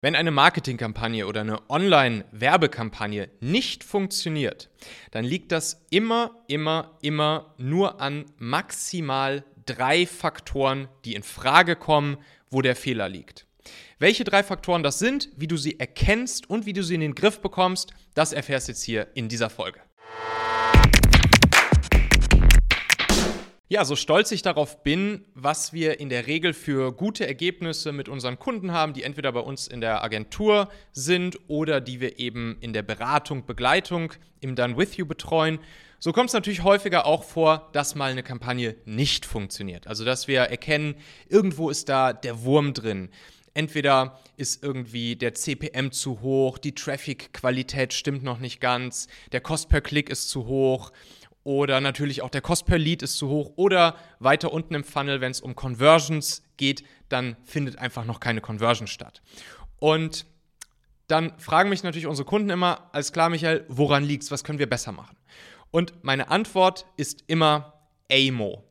Wenn eine Marketingkampagne oder eine Online-Werbekampagne nicht funktioniert, dann liegt das immer nur an maximal 3 Faktoren, die in Frage kommen, wo der Fehler liegt. Welche 3 Faktoren das sind, wie du sie erkennst und wie du sie in den Griff bekommst, das erfährst du jetzt hier in dieser Folge. Ja, so stolz ich darauf bin, was wir in der Regel für gute Ergebnisse mit unseren Kunden haben, die entweder bei uns in der Agentur sind oder die wir eben in der Beratung, Begleitung im Done With You betreuen, so kommt es natürlich häufiger auch vor, dass mal eine Kampagne nicht funktioniert. Also, dass wir erkennen, irgendwo ist da der Wurm drin. Entweder ist irgendwie der CPM zu hoch, die Traffic-Qualität stimmt noch nicht ganz, der Cost per Klick ist zu hoch. Oder natürlich auch der Cost per Lead ist zu hoch. Oder weiter unten im Funnel, wenn es um Conversions geht, dann findet einfach noch keine Conversion statt. Und dann fragen mich natürlich unsere Kunden immer, alles klar, Michael, woran liegt's? Was können wir besser machen? Und meine Antwort ist immer AMO.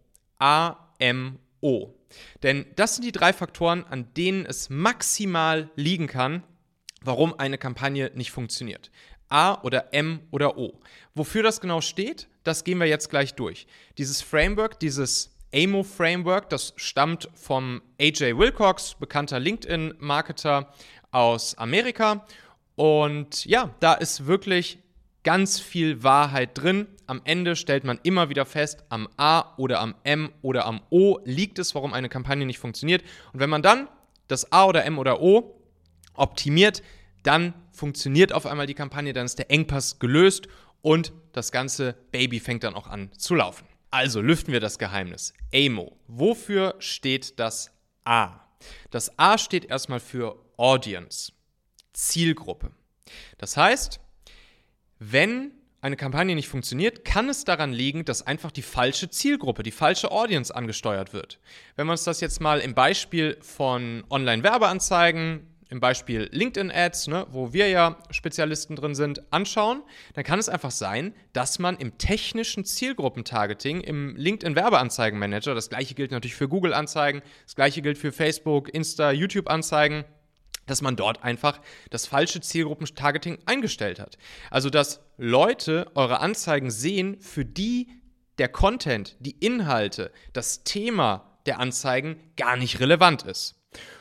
A-M-O. Denn das sind die 3 Faktoren, an denen es maximal liegen kann, warum eine Kampagne nicht funktioniert. A oder M oder O. Wofür das genau steht, das gehen wir jetzt gleich durch. Dieses Framework, dieses AMO-Framework, das stammt vom AJ Wilcox, bekannter LinkedIn-Marketer aus Amerika. Und ja, da ist wirklich ganz viel Wahrheit drin. Am Ende stellt man immer wieder fest, am A oder am M oder am O liegt es, warum eine Kampagne nicht funktioniert. Und wenn man dann das A oder M oder O optimiert, dann funktioniert auf einmal die Kampagne, dann ist der Engpass gelöst und das ganze Baby fängt dann auch an zu laufen. Also lüften wir das Geheimnis. AMO. Wofür steht das A? Das A steht erstmal für Audience, Zielgruppe. Das heißt, wenn eine Kampagne nicht funktioniert, kann es daran liegen, dass einfach die falsche Zielgruppe, die falsche Audience angesteuert wird. Wenn wir uns das jetzt mal im Beispiel von Online-Werbeanzeigen, im Beispiel LinkedIn-Ads, wo wir ja Spezialisten drin sind, anschauen, dann kann es einfach sein, dass man im technischen Zielgruppentargeting, im LinkedIn-Werbeanzeigenmanager, das gleiche gilt natürlich für Google-Anzeigen, das gleiche gilt für Facebook, Insta, YouTube-Anzeigen, dass man dort einfach das falsche Zielgruppentargeting eingestellt hat. Also, dass Leute eure Anzeigen sehen, für die der Content, die Inhalte, das Thema der Anzeigen gar nicht relevant ist.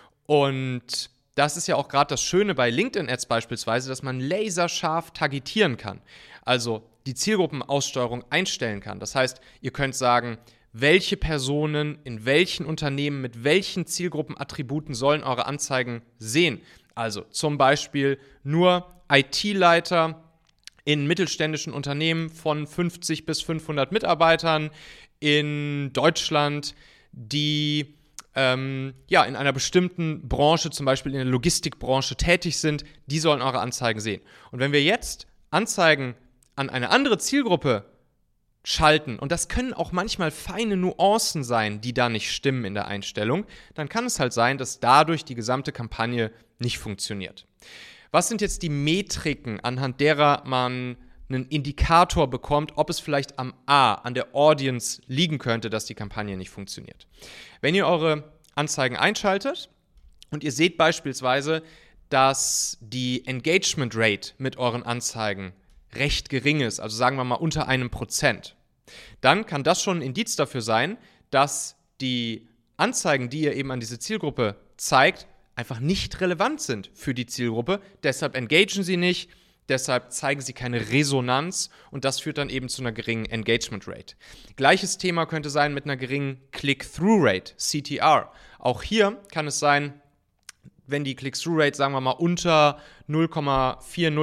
Und das ist ja auch gerade das Schöne bei LinkedIn-Ads beispielsweise, dass man laserscharf targetieren kann. Also die Zielgruppenaussteuerung einstellen kann. Das heißt, ihr könnt sagen, welche Personen in welchen Unternehmen mit welchen Zielgruppenattributen sollen eure Anzeigen sehen. Also zum Beispiel nur IT-Leiter in mittelständischen Unternehmen von 50 bis 500 Mitarbeitern in Deutschland, die in einer bestimmten Branche, zum Beispiel in der Logistikbranche tätig sind, die sollen eure Anzeigen sehen. Und wenn wir jetzt Anzeigen an eine andere Zielgruppe schalten, und das können auch manchmal feine Nuancen sein, die da nicht stimmen in der Einstellung, dann kann es halt sein, dass dadurch die gesamte Kampagne nicht funktioniert. Was sind jetzt die Metriken, anhand derer man einen Indikator bekommt, ob es vielleicht am A, an der Audience liegen könnte, dass die Kampagne nicht funktioniert? Wenn ihr eure Anzeigen einschaltet und ihr seht beispielsweise, dass die Engagement Rate mit euren Anzeigen recht gering ist, also sagen wir mal unter 1%, dann kann das schon ein Indiz dafür sein, dass die Anzeigen, die ihr eben an diese Zielgruppe zeigt, einfach nicht relevant sind für die Zielgruppe. Deshalb engagen sie nicht, deshalb zeigen sie keine Resonanz und das führt dann eben zu einer geringen Engagement Rate. Gleiches Thema könnte sein mit einer geringen Click-Through-Rate, CTR. Auch hier kann es sein, wenn die Click-Through-Rate, sagen wir mal, unter 0,4,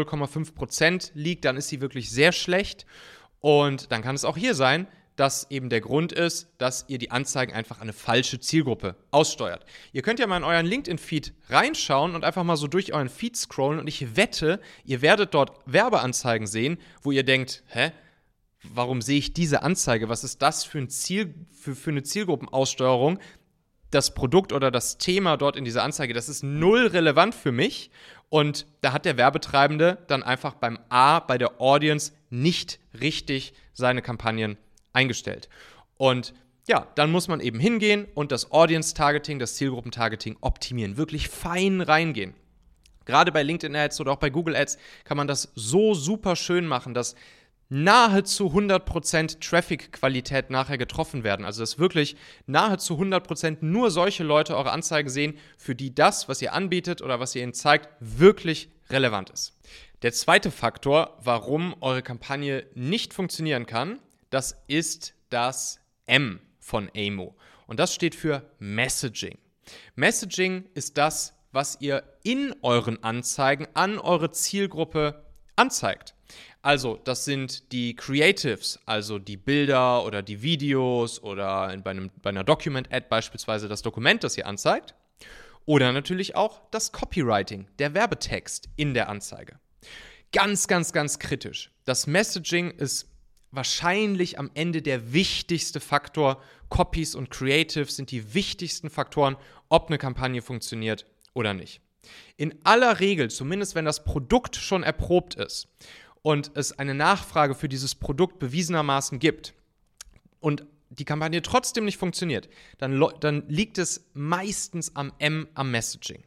0,5% liegt, dann ist sie wirklich sehr schlecht. Und dann kann es auch hier sein, dass eben der Grund ist, dass ihr die Anzeigen einfach an eine falsche Zielgruppe aussteuert. Ihr könnt ja mal in euren LinkedIn-Feed reinschauen und einfach mal so durch euren Feed scrollen und ich wette, ihr werdet dort Werbeanzeigen sehen, wo ihr denkt, warum sehe ich diese Anzeige? Was ist das für eine Zielgruppenaussteuerung? Das Produkt oder das Thema dort in dieser Anzeige, das ist null relevant für mich und da hat der Werbetreibende dann einfach beim A, bei der Audience nicht richtig seine Kampagnen eingestellt. Und ja, dann muss man eben hingehen und das Audience-Targeting, das Zielgruppentargeting optimieren, wirklich fein reingehen. Gerade bei LinkedIn Ads oder auch bei Google Ads kann man das so super schön machen, dass nahezu 100% Traffic-Qualität nachher getroffen werden. Also dass wirklich nahezu 100% nur solche Leute eure Anzeige sehen, für die das, was ihr anbietet oder was ihr ihnen zeigt, wirklich relevant ist. Der zweite Faktor, warum eure Kampagne nicht funktionieren kann, das ist das M von AIMO. Und das steht für Messaging. Messaging ist das, was ihr in euren Anzeigen an eure Zielgruppe anzeigt. Also das sind die Creatives, also die Bilder oder die Videos oder bei einer Document-Ad beispielsweise das Dokument, das ihr anzeigt. Oder natürlich auch das Copywriting, der Werbetext in der Anzeige. Ganz, ganz, ganz kritisch. Das Messaging ist wahrscheinlich am Ende der wichtigste Faktor. Copies und Creatives sind die wichtigsten Faktoren, ob eine Kampagne funktioniert oder nicht. In aller Regel, zumindest wenn das Produkt schon erprobt ist und es eine Nachfrage für dieses Produkt bewiesenermaßen gibt und die Kampagne trotzdem nicht funktioniert, dann liegt es meistens am M, am Messaging.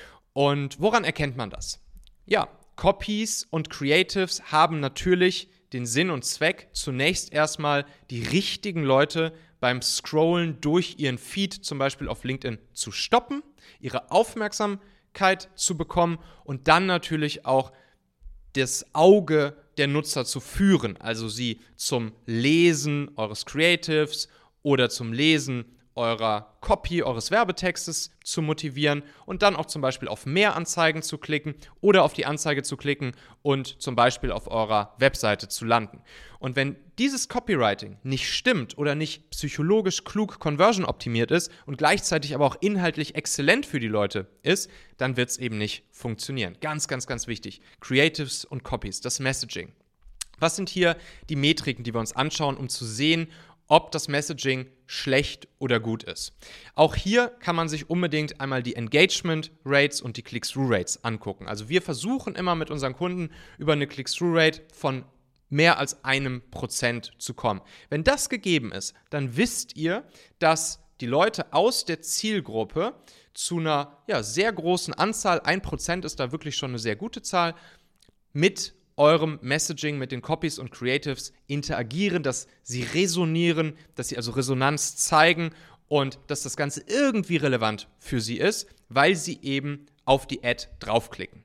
Und woran erkennt man das? Ja, Copies und Creatives haben natürlich den Sinn und Zweck, zunächst erstmal die richtigen Leute beim Scrollen durch ihren Feed, zum Beispiel auf LinkedIn, zu stoppen, ihre Aufmerksamkeit zu bekommen und dann natürlich auch das Auge der Nutzer zu führen, also sie zum Lesen eures Creatives oder zum Lesen eurer Copy, eures Werbetextes zu motivieren und dann auch zum Beispiel auf mehr Anzeigen zu klicken oder auf die Anzeige zu klicken und zum Beispiel auf eurer Webseite zu landen. Und wenn dieses Copywriting nicht stimmt oder nicht psychologisch klug conversion optimiert ist und gleichzeitig aber auch inhaltlich exzellent für die Leute ist, dann wird es eben nicht funktionieren. Ganz, ganz, ganz wichtig. Creatives und Copies, das Messaging. Was sind hier die Metriken, die wir uns anschauen, um zu sehen, ob das Messaging schlecht oder gut ist? Auch hier kann man sich unbedingt einmal die Engagement Rates und die Click-Through Rates angucken. Also wir versuchen immer mit unseren Kunden über eine Click-Through Rate von mehr als 1% zu kommen. Wenn das gegeben ist, dann wisst ihr, dass die Leute aus der Zielgruppe zu einer sehr großen Anzahl, 1% ist da wirklich schon eine sehr gute Zahl, mit eurem Messaging, mit den Copies und Creatives interagieren, dass sie resonieren, dass sie also Resonanz zeigen und dass das Ganze irgendwie relevant für sie ist, weil sie eben auf die Ad draufklicken.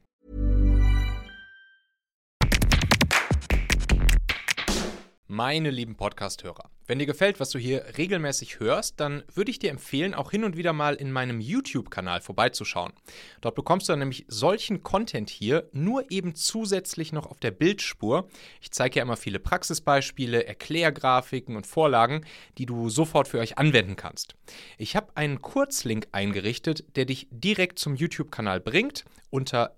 Meine lieben Podcast-Hörer, wenn dir gefällt, was du hier regelmäßig hörst, dann würde ich dir empfehlen, auch hin und wieder mal in meinem YouTube-Kanal vorbeizuschauen. Dort bekommst du dann nämlich solchen Content hier nur eben zusätzlich noch auf der Bildspur. Ich zeige ja immer viele Praxisbeispiele, Erklärgrafiken und Vorlagen, die du sofort für euch anwenden kannst. Ich habe einen Kurzlink eingerichtet, der dich direkt zum YouTube-Kanal bringt unter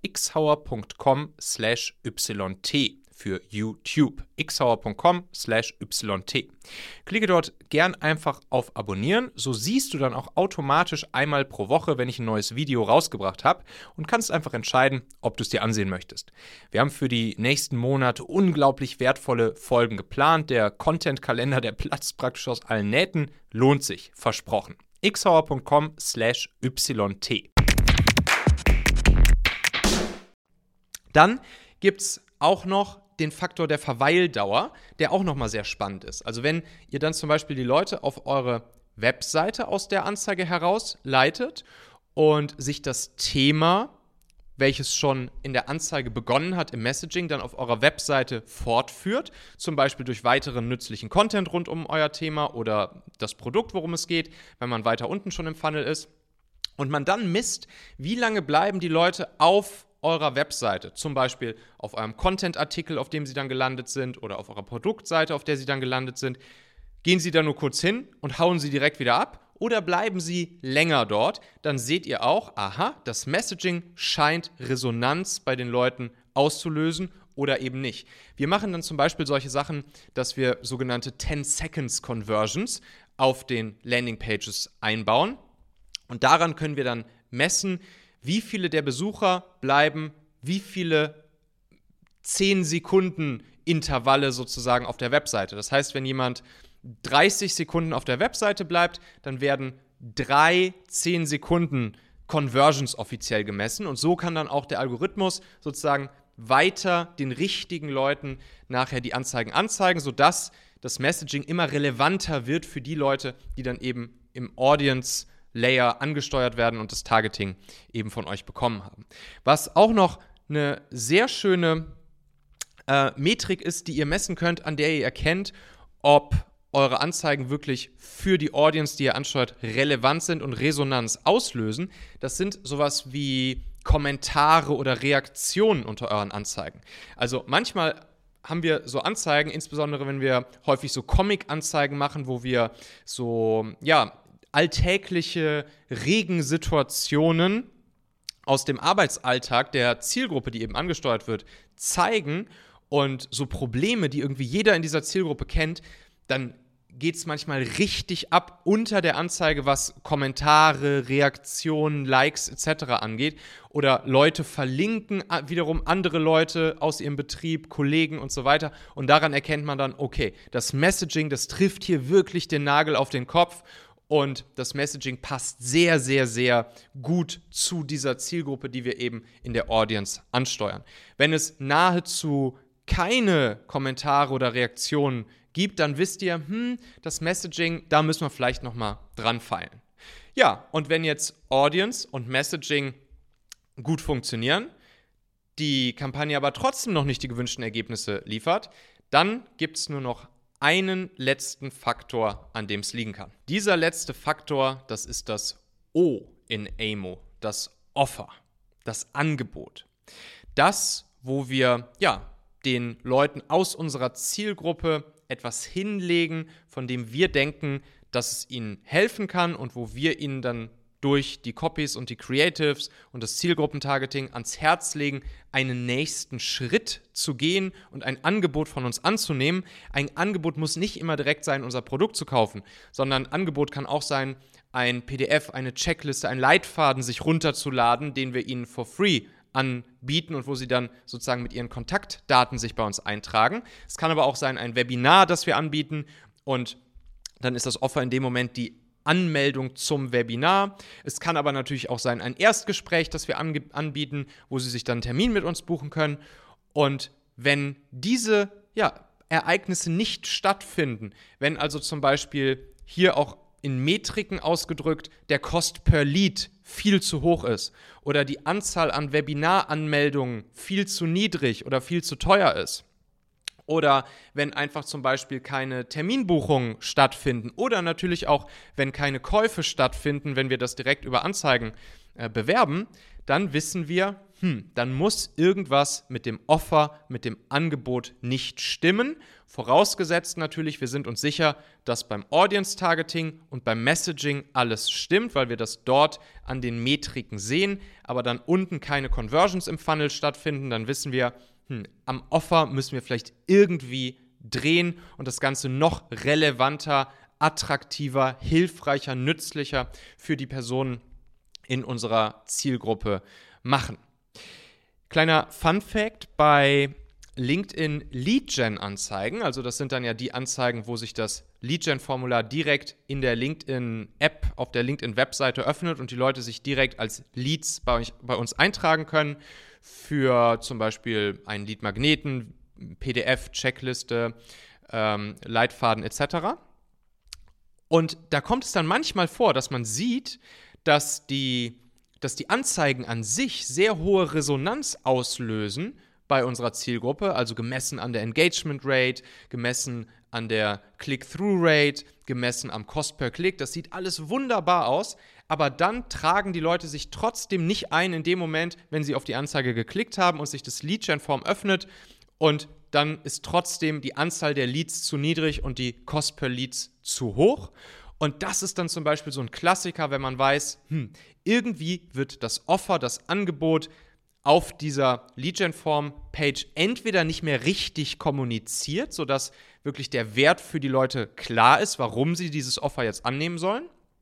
xhauer.com/yt. für YouTube. xhauer.com/yt. Klicke dort gern einfach auf Abonnieren, so siehst du dann auch automatisch einmal pro Woche, wenn ich ein neues Video rausgebracht habe und kannst einfach entscheiden, ob du es dir ansehen möchtest. Wir haben für die nächsten Monate unglaublich wertvolle Folgen geplant. Der Content-Kalender, der platzt praktisch aus allen Nähten, lohnt sich, versprochen. xhauer.com/yt. Dann gibt es auch noch den Faktor der Verweildauer, der auch nochmal sehr spannend ist. Also wenn ihr dann zum Beispiel die Leute auf eure Webseite aus der Anzeige heraus leitet und sich das Thema, welches schon in der Anzeige begonnen hat, im Messaging dann auf eurer Webseite fortführt, zum Beispiel durch weiteren nützlichen Content rund um euer Thema oder das Produkt, worum es geht, wenn man weiter unten schon im Funnel ist, und man dann misst, wie lange bleiben die Leute auf eurer Webseite, zum Beispiel auf eurem Content-Artikel, auf dem sie dann gelandet sind, oder auf eurer Produktseite, auf der sie dann gelandet sind. Gehen sie da nur kurz hin und hauen sie direkt wieder ab oder bleiben sie länger dort? Dann seht ihr auch, aha, das Messaging scheint Resonanz bei den Leuten auszulösen oder eben nicht. Wir machen dann zum Beispiel solche Sachen, dass wir sogenannte 10-Seconds-Conversions auf den Landingpages einbauen. Und daran können wir dann messen, wie viele der Besucher bleiben, wie viele 10-Sekunden-Intervalle sozusagen auf der Webseite. Das heißt, wenn jemand 30 Sekunden auf der Webseite bleibt, dann werden 3 10-Sekunden Conversions offiziell gemessen. Und so kann dann auch der Algorithmus sozusagen weiter den richtigen Leuten nachher die Anzeigen anzeigen, sodass das Messaging immer relevanter wird für die Leute, die dann eben im Audience Layer angesteuert werden und das Targeting eben von euch bekommen haben. Was auch noch eine sehr schöne Metrik ist, die ihr messen könnt, an der ihr erkennt, ob eure Anzeigen wirklich für die Audience, die ihr ansteuert, relevant sind und Resonanz auslösen. Das sind sowas wie Kommentare oder Reaktionen unter euren Anzeigen. Also manchmal haben wir so Anzeigen, insbesondere wenn wir häufig so Comic-Anzeigen machen, wo wir so, alltägliche Regensituationen aus dem Arbeitsalltag der Zielgruppe, die eben angesteuert wird, zeigen und so Probleme, die irgendwie jeder in dieser Zielgruppe kennt, dann geht es manchmal richtig ab unter der Anzeige, was Kommentare, Reaktionen, Likes etc. angeht. Oder Leute verlinken wiederum andere Leute aus ihrem Betrieb, Kollegen und so weiter. Und daran erkennt man dann, okay, das Messaging, das trifft hier wirklich den Nagel auf den Kopf. Und das Messaging passt sehr, sehr, sehr gut zu dieser Zielgruppe, die wir eben in der Audience ansteuern. Wenn es nahezu keine Kommentare oder Reaktionen gibt, dann wisst ihr, das Messaging, da müssen wir vielleicht nochmal dran feilen. Ja, und wenn jetzt Audience und Messaging gut funktionieren, die Kampagne aber trotzdem noch nicht die gewünschten Ergebnisse liefert, dann gibt es nur noch einen letzten Faktor, an dem es liegen kann. Dieser letzte Faktor, das ist das O in AIMO, das Offer, das Angebot. Das, wo wir den Leuten aus unserer Zielgruppe etwas hinlegen, von dem wir denken, dass es ihnen helfen kann und wo wir ihnen dann durch die Copies und die Creatives und das Zielgruppentargeting ans Herz legen, einen nächsten Schritt zu gehen und ein Angebot von uns anzunehmen. Ein Angebot muss nicht immer direkt sein, unser Produkt zu kaufen, sondern ein Angebot kann auch sein, ein PDF, eine Checkliste, ein Leitfaden sich runterzuladen, den wir ihnen for free anbieten und wo sie dann sozusagen mit ihren Kontaktdaten sich bei uns eintragen. Es kann aber auch sein, ein Webinar, das wir anbieten, und dann ist das Offer in dem Moment die Anmeldung zum Webinar. Es kann aber natürlich auch sein, ein Erstgespräch, das wir anbieten, wo Sie sich dann einen Termin mit uns buchen können. Und wenn diese Ereignisse nicht stattfinden, wenn also zum Beispiel hier auch in Metriken ausgedrückt der Cost per Lead viel zu hoch ist oder die Anzahl an Webinaranmeldungen viel zu niedrig oder viel zu teuer ist, oder wenn einfach zum Beispiel keine Terminbuchungen stattfinden oder natürlich auch, wenn keine Käufe stattfinden, wenn wir das direkt über Anzeigen bewerben, dann wissen wir, dann muss irgendwas mit dem Offer, mit dem Angebot nicht stimmen. Vorausgesetzt natürlich, wir sind uns sicher, dass beim Audience-Targeting und beim Messaging alles stimmt, weil wir das dort an den Metriken sehen, aber dann unten keine Conversions im Funnel stattfinden, dann wissen wir, am Offer müssen wir vielleicht irgendwie drehen und das Ganze noch relevanter, attraktiver, hilfreicher, nützlicher für die Personen in unserer Zielgruppe machen. Kleiner Fun-Fact: Bei LinkedIn Lead-Gen-Anzeigen, also das sind dann ja die Anzeigen, wo sich das Lead-Gen-Formular direkt in der LinkedIn-App auf der LinkedIn-Webseite öffnet und die Leute sich direkt als Leads bei uns eintragen können, für zum Beispiel einen Lead-Magneten, PDF, Checkliste, Leitfaden etc. Und da kommt es dann manchmal vor, dass man sieht, dass die Anzeigen an sich sehr hohe Resonanz auslösen bei unserer Zielgruppe, also gemessen an der Engagement Rate, gemessen an der Click-Through-Rate, gemessen am Cost per Click. Das sieht alles wunderbar aus, aber dann tragen die Leute sich trotzdem nicht ein in dem Moment, wenn sie auf die Anzeige geklickt haben und sich das Lead-Gen-Form öffnet, und dann ist trotzdem die Anzahl der Leads zu niedrig und die Cost per Leads zu hoch. Und das ist dann zum Beispiel so ein Klassiker, wenn man weiß, irgendwie wird das Offer, das Angebot auf dieser Lead-Gen-Form-Page entweder nicht mehr richtig kommuniziert, sodass wirklich der Wert für die Leute klar ist, warum sie dieses Offer jetzt annehmen sollen,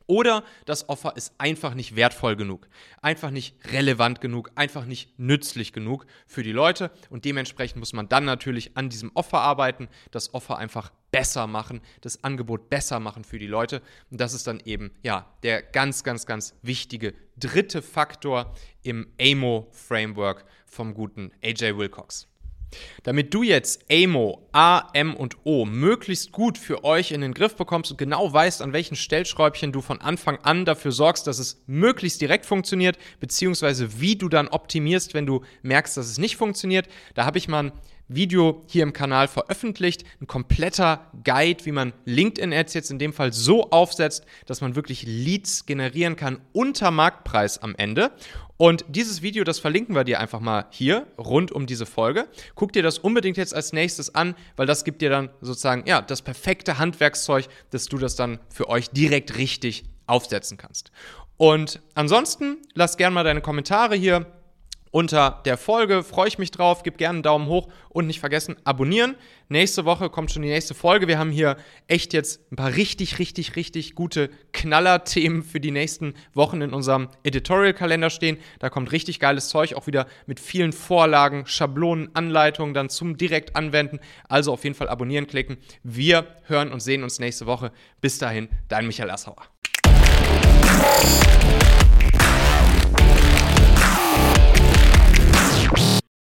Oder das Offer ist einfach nicht wertvoll genug, einfach nicht relevant genug, einfach nicht nützlich genug für die Leute. Und dementsprechend muss man dann natürlich an diesem Offer arbeiten, das Offer einfach besser machen, das Angebot besser machen für die Leute. Und das ist dann eben der ganz, ganz, ganz wichtige dritte Faktor im AMO-Framework vom guten AJ Wilcox. Damit du jetzt AMO, A, M und O möglichst gut für euch in den Griff bekommst und genau weißt, an welchen Stellschräubchen du von Anfang an dafür sorgst, dass es möglichst direkt funktioniert, beziehungsweise wie du dann optimierst, wenn du merkst, dass es nicht funktioniert, da habe ich mal ein Video hier im Kanal veröffentlicht, ein kompletter Guide, wie man LinkedIn-Ads jetzt in dem Fall so aufsetzt, dass man wirklich Leads generieren kann unter Marktpreis am Ende. Und dieses Video, das verlinken wir dir einfach mal hier rund um diese Folge. Guck dir das unbedingt jetzt als nächstes an, weil das gibt dir dann sozusagen das perfekte Handwerkszeug, dass du das dann für euch direkt richtig aufsetzen kannst. Und ansonsten lass gerne mal deine Kommentare hier unter der Folge, freue ich mich drauf, gib gerne einen Daumen hoch und nicht vergessen, abonnieren. Nächste Woche kommt schon die nächste Folge. Wir haben hier echt jetzt ein paar richtig, richtig, richtig gute Knaller-Themen für die nächsten Wochen in unserem Editorial-Kalender stehen. Da kommt richtig geiles Zeug, auch wieder mit vielen Vorlagen, Schablonen, Anleitungen dann zum direkt anwenden. Also auf jeden Fall abonnieren klicken. Wir hören und sehen uns nächste Woche. Bis dahin, dein Michael Assauer.